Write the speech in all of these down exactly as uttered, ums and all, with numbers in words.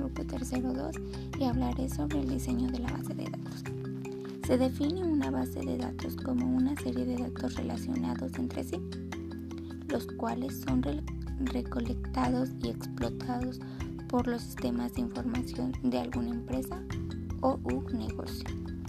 grupo tercero dos y hablaré sobre el diseño de la base de datos. Se define una base de datos como una serie de datos relacionados entre sí, los cuales son re- recolectados y explotados por los sistemas de información de alguna empresa o u negocio.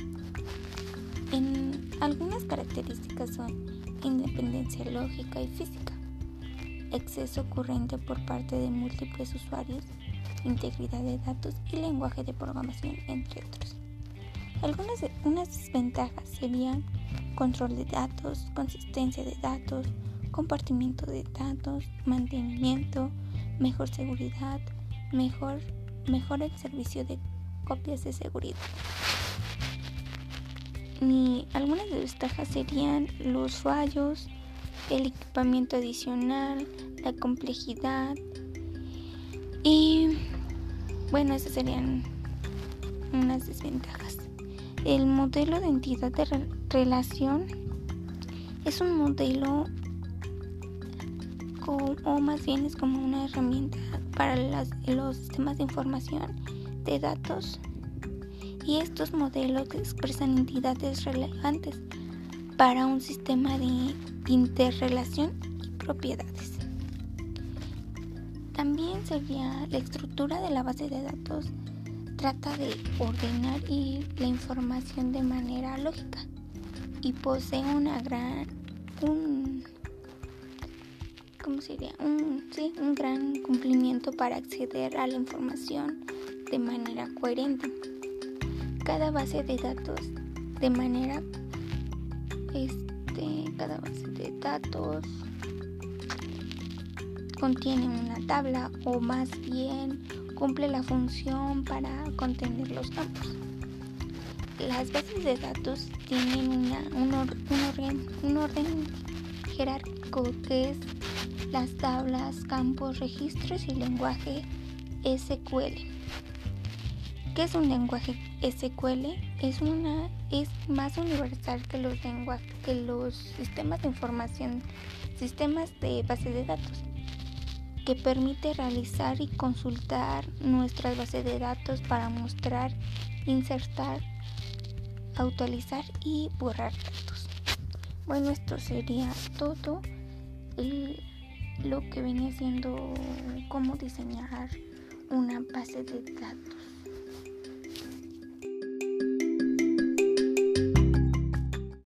En algunas características son independencia lógica y física, acceso ocurrente por parte de múltiples usuarios, integridad de datos y lenguaje de programación, entre otros. Algunas de, unas desventajas serían control de datos, consistencia de datos, compartimiento de datos, mantenimiento, mejor seguridad, mejor, mejor el servicio de copias de seguridad. Y algunas desventajas serían los fallos, el equipamiento adicional, la complejidad y bueno, esas serían unas desventajas. El modelo de entidad de re- relación es un modelo co- o más bien es como una herramienta para las, los sistemas de información de datos, y estos modelos expresan entidades relevantes para un sistema de interrelación y propiedades. También sería la estructura de la base de datos. Trata de ordenar y la información de manera lógica y posee una gran un ¿cómo sería? Un, sí, un gran cumplimiento para acceder a la información de manera coherente. Cada base de datos de manera este cada base de datos contiene una tabla o más bien cumple la función para contener los campos. Las bases de datos tienen una, un, or, un, orden, un orden jerárquico que es las tablas, campos, registros y lenguaje S Q L. ¿Qué es un lenguaje S Q L? Es, una, es más universal que los, lenguaje, que los sistemas de información, sistemas de base de datos, que permite realizar y consultar nuestras bases de datos para mostrar, insertar, actualizar y borrar datos. Bueno, esto sería todo el, lo que viene siendo cómo diseñar una base de datos.